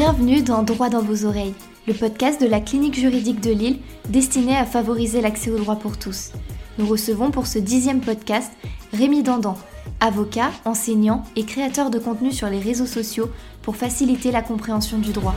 Bienvenue dans Droit dans vos oreilles, le podcast de la clinique juridique de Lille destiné à favoriser l'accès au droit pour tous. Nous recevons pour ce 10e podcast Rémi Dandan, avocat, enseignant et créateur de contenu sur les réseaux sociaux pour faciliter la compréhension du droit.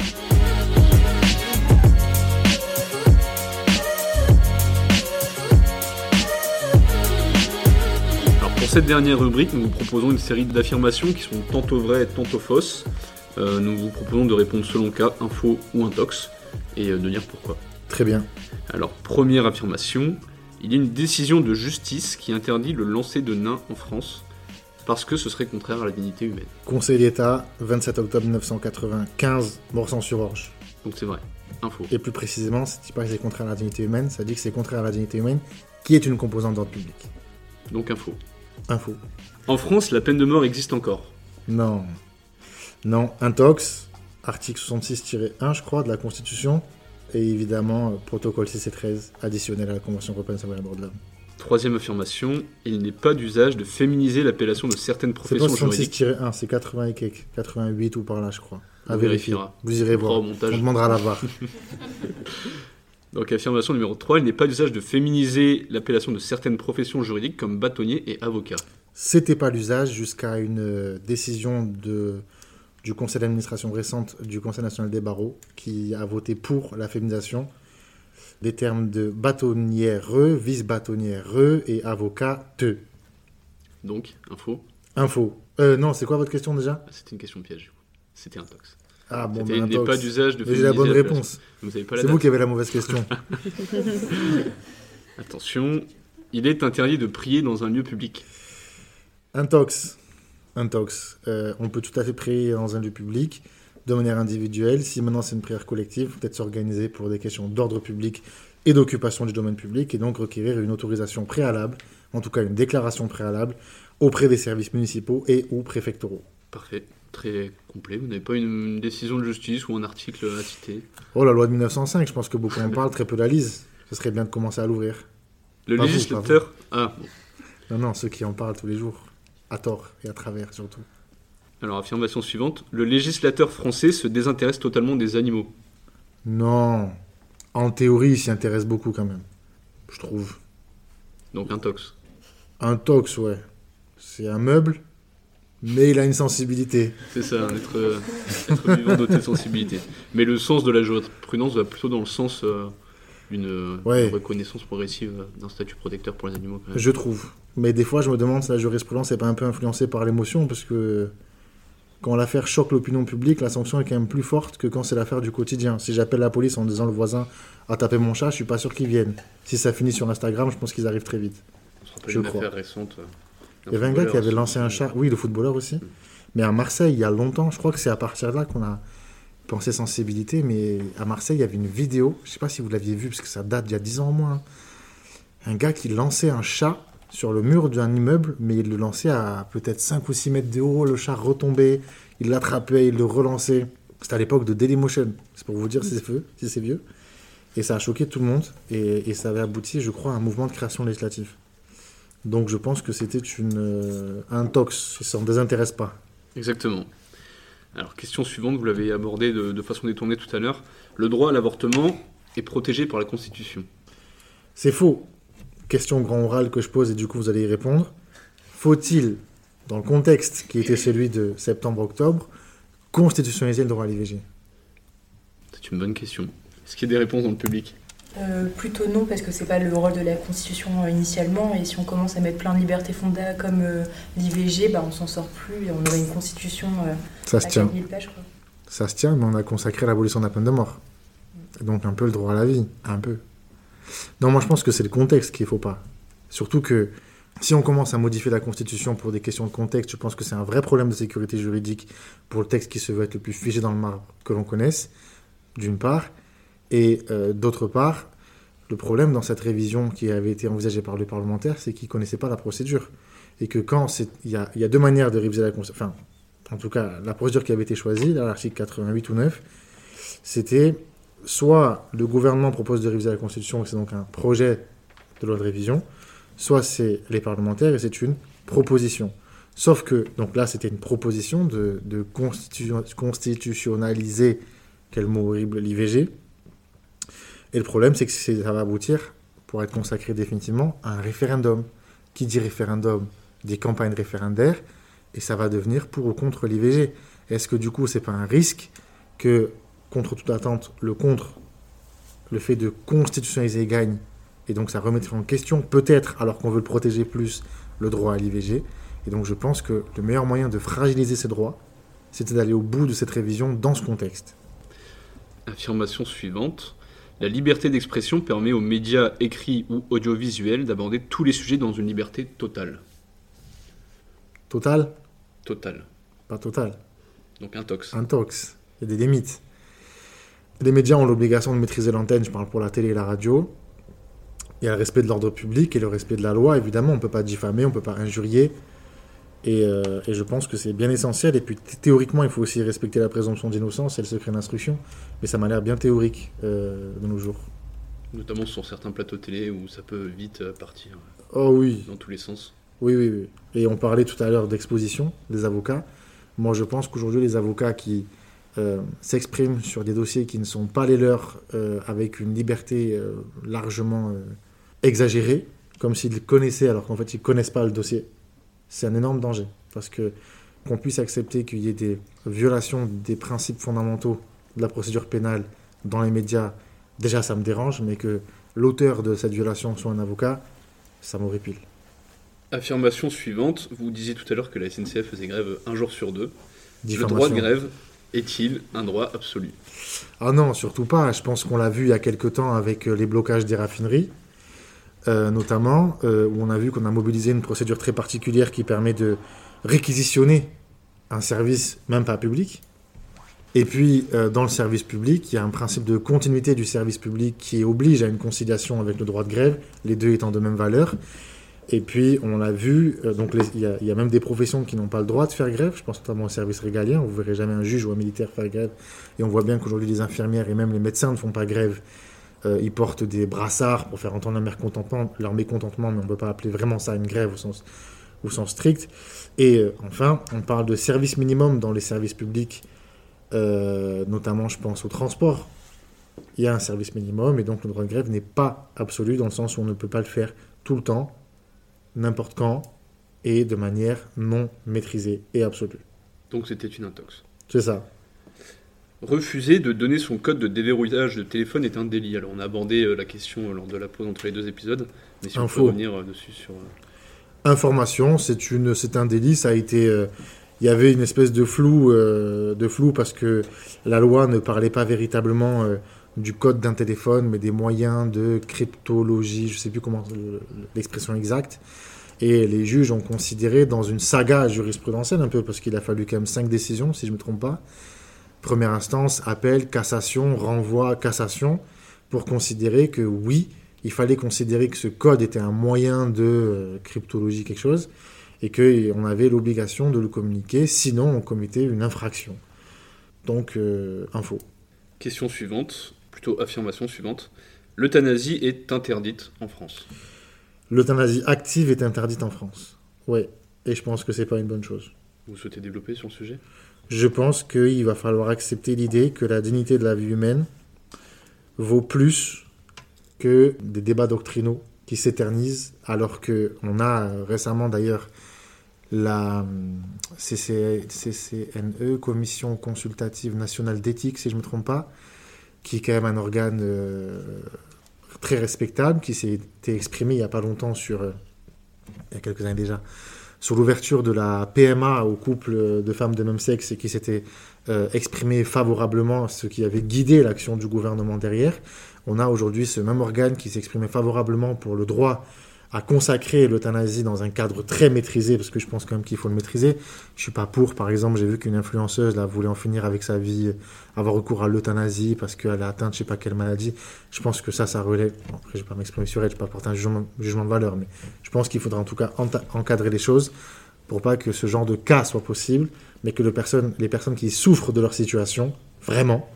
Pour cette dernière rubrique, nous vous proposons une série d'affirmations qui sont tantôt vraies et tantôt fausses. Nous vous proposons de répondre selon cas, info ou intox, et de dire pourquoi. Très bien. Alors, première affirmation, il y a une décision de justice qui interdit le lancer de nains en France, parce que ce serait contraire à la dignité humaine. Conseil d'État, 27 octobre 1995, Morsan-sur-Orge. Donc c'est vrai, info. Et plus précisément, ça dit pas que c'est contraire à la dignité humaine, ça dit que c'est contraire à la dignité humaine, qui est une composante d'ordre public. Donc info. Info. En France, la peine de mort existe encore. Non, intox, article 66-1, je crois, de la Constitution, et évidemment, protocole 6 et 13, additionnel à la Convention européenne sur les droits de l'homme. Troisième affirmation, il n'est pas d'usage de féminiser l'appellation de certaines professions juridiques. C'est pas 66-1, c'est 80 et quelques, 88 ou par là, je crois. À vérifier. Vous irez voir, on demandera à la voir. Donc affirmation numéro 3, il n'est pas d'usage de féminiser l'appellation de certaines professions juridiques comme bâtonnier et avocat. C'était pas l'usage jusqu'à une décision du conseil d'administration récente du Conseil national des barreaux qui a voté pour la féminisation des termes de bâtonnière, vice-bâtonnière et avocate. Donc, info. Non, c'est quoi votre question déjà ? C'était une question piège. C'était intox. Ah bon, il n'est pas d'usage de féminiser. J'ai la bonne réponse. C'est vous qui avez la mauvaise question. Attention, il est interdit de prier dans un lieu public. Intox. On peut tout à fait prier dans un lieu public de manière individuelle. Si maintenant c'est une prière collective, peut-être s'organiser pour des questions d'ordre public et d'occupation du domaine public et donc requérir une autorisation préalable, en tout cas une déclaration préalable, auprès des services municipaux et ou préfectoraux. Parfait, très complet. Vous n'avez pas une décision de justice ou un article à citer ? Oh, la loi de 1905, je pense que beaucoup en parlent, très peu la lisent. Ce serait bien de commencer à l'ouvrir. Le législateur... Ah, bon. Non, ceux qui en parlent tous les jours. À tort et à travers, surtout. Alors, affirmation suivante. Le législateur français se désintéresse totalement des animaux. Non. En théorie, il s'y intéresse beaucoup quand même. Je trouve. Donc, intox. Intox, ouais. C'est un meuble, mais il a une sensibilité. C'est ça, être vivant doté de sensibilité. Mais le sens de la jurisprudence va plutôt dans le sens d'une reconnaissance progressive d'un statut protecteur pour les animaux. Quand même. Je trouve. Mais des fois, je me demande si la jurisprudence n'est pas un peu influencée par l'émotion, parce que quand l'affaire choque l'opinion publique, la sanction est quand même plus forte que quand c'est l'affaire du quotidien. Si j'appelle la police en disant le voisin a tapé mon chat, je suis pas sûr qu'ils viennent. Si ça finit sur Instagram, je pense qu'ils arrivent très vite. On se rappelle une affaire récente. Il y avait un gars qui avait lancé un chat. Oui, le footballeur aussi. Mais à Marseille, il y a longtemps, je crois que c'est à partir de là qu'on a pensé sensibilité, mais à Marseille, il y avait une vidéo, je sais pas si vous l'aviez vue, parce que ça date d'il y a 10 ans au moins. Un gars qui lançait un chat sur le mur d'un immeuble, mais il le lançait à peut-être 5 ou 6 mètres de haut, le chat retombait, il l'attrapait, il le relançait. C'était à l'époque de Dailymotion, c'est pour vous dire si c'est vieux. Et ça a choqué tout le monde, et ça avait abouti, je crois, à un mouvement de création législative. Donc je pense que c'était un tox, ça ne désintéresse pas. Exactement. Alors, question suivante, vous l'avez abordé de façon détournée tout à l'heure. Le droit à l'avortement est protégé par la Constitution. C'est faux. Question grand oral que je pose et du coup vous allez y répondre. Faut-il, dans le contexte qui était celui de septembre-octobre, constitutionnaliser le droit à l'IVG ? C'est une bonne question. Est-ce qu'il y a des réponses dans le public ? Plutôt non, parce que c'est pas le rôle de la Constitution initialement, et si on commence à mettre plein de libertés fondamentales comme l'IVG, on s'en sort plus et on aurait une Constitution ça se tient. 4000 pages. Quoi. Ça se tient, mais on a consacré l'abolition de la peine de mort. Donc un peu le droit à la vie, un peu. Non, moi je pense que c'est le contexte qu'il ne faut pas. Surtout que si on commence à modifier la Constitution pour des questions de contexte, je pense que c'est un vrai problème de sécurité juridique pour le texte qui se veut être le plus figé dans le marbre que l'on connaisse, d'une part. Et d'autre part, le problème dans cette révision qui avait été envisagée par les parlementaires, c'est qu'ils ne connaissaient pas la procédure. Et que il y a deux manières de réviser la Constitution. Enfin, en tout cas, la procédure qui avait été choisie, là, l'article 88 ou 9, c'était soit le gouvernement propose de réviser la Constitution, et c'est donc un projet de loi de révision, soit c'est les parlementaires et c'est une proposition. Sauf que, donc là, c'était une proposition de constitutionnaliser, quel mot horrible, l'IVG. Et le problème, c'est que ça va aboutir, pour être consacré définitivement, à un référendum. Qui dit référendum, des campagnes référendaires, et ça va devenir pour ou contre l'IVG. Est-ce que du coup, c'est pas un risque que, contre toute attente, le fait de constitutionnaliser gagne, et donc ça remettrait en question, peut-être, alors qu'on veut le protéger plus, le droit à l'IVG. Et donc je pense que le meilleur moyen de fragiliser ces droits, c'était d'aller au bout de cette révision dans ce contexte. Affirmation suivante. La liberté d'expression permet aux médias écrits ou audiovisuels d'aborder tous les sujets dans une liberté totale. Total ? Totale. Pas total. Donc intox. Intox. Il y a des limites. Les médias ont l'obligation de maîtriser l'antenne, je parle pour la télé et la radio. Il y a le respect de l'ordre public et le respect de la loi, évidemment. On ne peut pas diffamer, on ne peut pas injurier. Et je pense que c'est bien essentiel. Et puis théoriquement, il faut aussi respecter la présomption d'innocence et le secret d'instruction. Mais ça m'a l'air bien théorique de nos jours. Notamment sur certains plateaux télé où ça peut vite partir dans tous les sens. Oui. Et on parlait tout à l'heure d'exposition des avocats. Moi, je pense qu'aujourd'hui, les avocats qui s'expriment sur des dossiers qui ne sont pas les leurs, avec une liberté largement exagérée, comme s'ils connaissaient alors qu'en fait, ils ne connaissent pas le dossier, c'est un énorme danger. Parce qu'on puisse accepter qu'il y ait des violations des principes fondamentaux de la procédure pénale dans les médias, déjà ça me dérange, mais que l'auteur de cette violation soit un avocat, ça m'horripile. Affirmation suivante. Vous disiez tout à l'heure que la SNCF faisait grève un jour sur deux. Diffamation. Le droit de grève est-il un droit absolu ? Ah non, surtout pas. Je pense qu'on l'a vu il y a quelque temps avec les blocages des raffineries, notamment, où on a vu qu'on a mobilisé une procédure très particulière qui permet de réquisitionner un service, même pas public. Et puis, dans le service public, il y a un principe de continuité du service public qui oblige à une conciliation avec le droit de grève, les deux étant de même valeur. Et puis, on l'a vu, il y a même des professions qui n'ont pas le droit de faire grève. Je pense notamment au service régalien. Vous ne verrez jamais un juge ou un militaire faire grève. Et on voit bien qu'aujourd'hui, les infirmières et même les médecins ne font pas grève. Ils portent des brassards pour faire entendre leur mécontentement, mais on ne peut pas appeler vraiment ça une grève au sens strict. Et enfin, on parle de service minimum dans les services publics, notamment, je pense, au transport. Il y a un service minimum, et donc le droit de grève n'est pas absolu dans le sens où on ne peut pas le faire tout le temps, n'importe quand, et de manière non maîtrisée et absolue. Donc c'était une intox. C'est ça. Refuser de donner son code de déverrouillage de téléphone est un délit. Alors on a abordé la question lors de la pause entre les deux épisodes, mais si on peut revenir dessus sur... Information, c'est un délit, ça a été... il y avait une espèce de flou parce que la loi ne parlait pas véritablement du code d'un téléphone, mais des moyens de cryptologie, je ne sais plus comment l'expression exacte. Et les juges ont considéré dans une saga jurisprudentielle un peu, parce qu'il a fallu quand même 5 décisions, si je ne me trompe pas. Première instance, appel, cassation, renvoi, cassation, pour considérer que oui, il fallait considérer que ce code était un moyen de cryptologie, quelque chose, et qu'on avait l'obligation de le communiquer, sinon on commettait une infraction. Donc, info. Question suivante, plutôt affirmation suivante. L'euthanasie est interdite en France. L'euthanasie active est interdite en France. Oui, et je pense que c'est pas une bonne chose. Vous souhaitez développer sur le sujet ? Je pense qu'il va falloir accepter l'idée que la dignité de la vie humaine vaut plus que des débats doctrinaux qui s'éternisent, alors qu'on a récemment d'ailleurs la CCNE, Commission consultative nationale d'éthique, si je ne me trompe pas, qui est quand même un organe très respectable, qui s'est exprimé il n'y a pas longtemps il y a quelques années déjà, sur l'ouverture de la PMA aux couples de femmes de même sexe et qui s'était exprimé favorablement, ce qui avait guidé l'action du gouvernement derrière. On a aujourd'hui ce même organe qui s'exprimait favorablement pour le droit à consacrer l'euthanasie dans un cadre très maîtrisé, parce que je pense quand même qu'il faut le maîtriser. Je ne suis pas pour, par exemple, j'ai vu qu'une influenceuse là, voulait en finir avec sa vie, avoir recours à l'euthanasie parce qu'elle a atteint je ne sais pas quelle maladie. Je pense que ça relève... Bon, après, je ne vais pas m'exprimer sur elle, je ne vais pas porter un jugement de valeur, mais je pense qu'il faudra en tout cas encadrer les choses pour pas que ce genre de cas soit possible, mais que les personnes qui souffrent de leur situation, vraiment,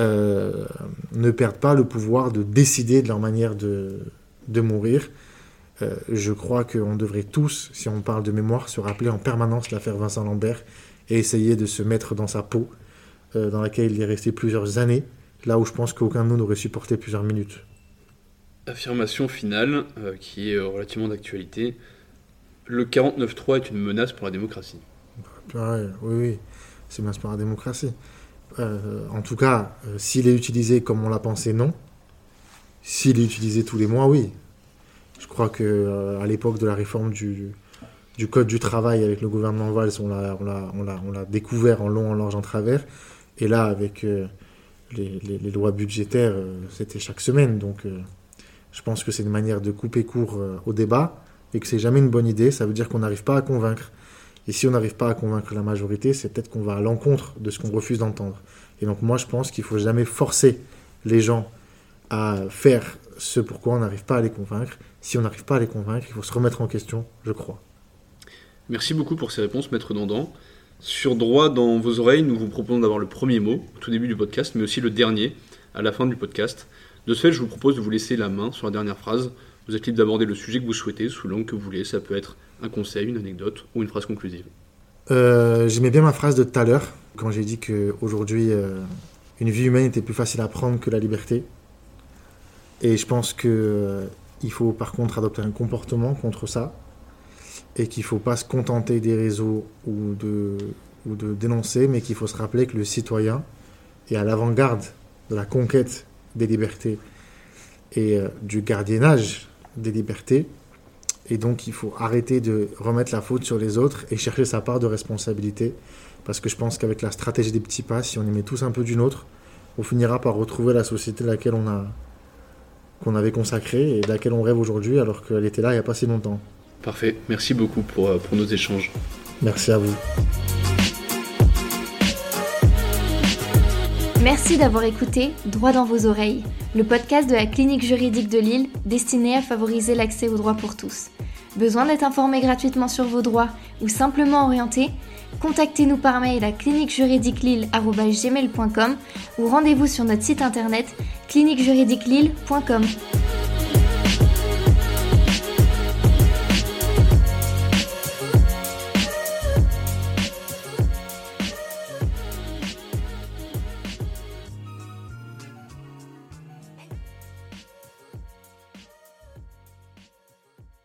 ne perdent pas le pouvoir de décider de leur manière de mourir, Je crois qu'on devrait tous, si on parle de mémoire, se rappeler en permanence l'affaire Vincent Lambert et essayer de se mettre dans sa peau, dans laquelle il est resté plusieurs années, là où je pense qu'aucun de nous n'aurait supporté plusieurs minutes. Affirmation finale, qui est relativement d'actualité. Le 49.3 est une menace pour la démocratie. Oui, c'est une menace pour la démocratie. En tout cas, s'il est utilisé comme on l'a pensé, non. S'il est utilisé tous les mois, oui. Je crois qu'à l'époque de la réforme du Code du travail avec le gouvernement Valls, on l'a découvert en long, en large, en travers. Et là, avec les lois budgétaires, c'était chaque semaine. Donc, je pense que c'est une manière de couper court au débat et que c'est jamais une bonne idée. Ça veut dire qu'on n'arrive pas à convaincre. Et si on n'arrive pas à convaincre la majorité, c'est peut-être qu'on va à l'encontre de ce qu'on refuse d'entendre. Et donc moi, je pense qu'il ne faut jamais forcer les gens à faire ce pourquoi on n'arrive pas à les convaincre. Si on n'arrive pas à les convaincre, il faut se remettre en question, je crois. Merci beaucoup pour ces réponses, Maître Dandan. Sur Droit dans vos oreilles, nous vous proposons d'avoir le premier mot au tout début du podcast, mais aussi le dernier à la fin du podcast. De ce fait, je vous propose de vous laisser la main sur la dernière phrase. Vous êtes libre d'aborder le sujet que vous souhaitez, sous l'angle que vous voulez. Ça peut être un conseil, une anecdote ou une phrase conclusive. J'aimais bien ma phrase de tout à l'heure, quand j'ai dit qu'aujourd'hui, une vie humaine était plus facile à prendre que la liberté. Et je pense qu'il faut par contre adopter un comportement contre ça, et qu'il ne faut pas se contenter des réseaux ou de dénoncer, mais qu'il faut se rappeler que le citoyen est à l'avant-garde de la conquête des libertés et du gardiennage des libertés. Et donc, il faut arrêter de remettre la faute sur les autres et chercher sa part de responsabilité. Parce que je pense qu'avec la stratégie des petits pas, si on y met tous un peu du nôtre, on finira par retrouver la société qu'on avait consacrée et de laquelle on rêve aujourd'hui, alors qu'elle était là il n'y a pas si longtemps. Parfait. Merci beaucoup pour nos échanges. Merci à vous. Merci d'avoir écouté Droit dans vos oreilles, le podcast de la Clinique juridique de Lille destiné à favoriser l'accès aux droits pour tous. Besoin d'être informé gratuitement sur vos droits ou simplement orienté ? Contactez-nous par mail à cliniquejuridiquelille@gmail.com ou rendez-vous sur notre site internet cliniquejuridiquelille.com.